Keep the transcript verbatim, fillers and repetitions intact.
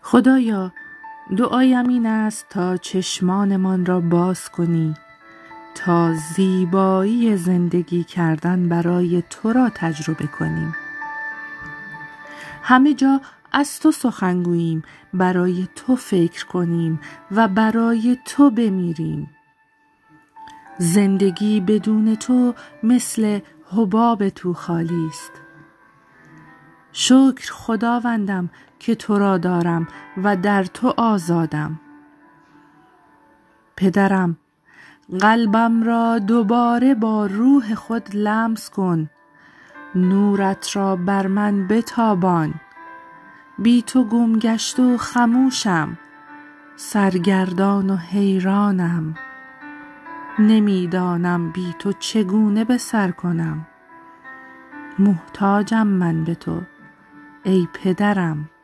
خدایا، دعایم این است تا چشمانمان را باز کنی تا زیبایی زندگی کردن برای تو را تجربه کنیم. همه جا از تو سخن گوییم، برای تو فکر کنیم و برای تو بمیریم. زندگی بدون تو مثل حباب تو خالی است. شکر خداوندم که تو را دارم و در تو آزادم. پدرم، قلبم را دوباره با روح خود لمس کن، نورت را بر من بتابان. بی تو گم گشت و خموشم، سرگردان و حیرانم. نمیدانم بی تو چگونه به سر کنم. محتاجم من به تو ای پدرم.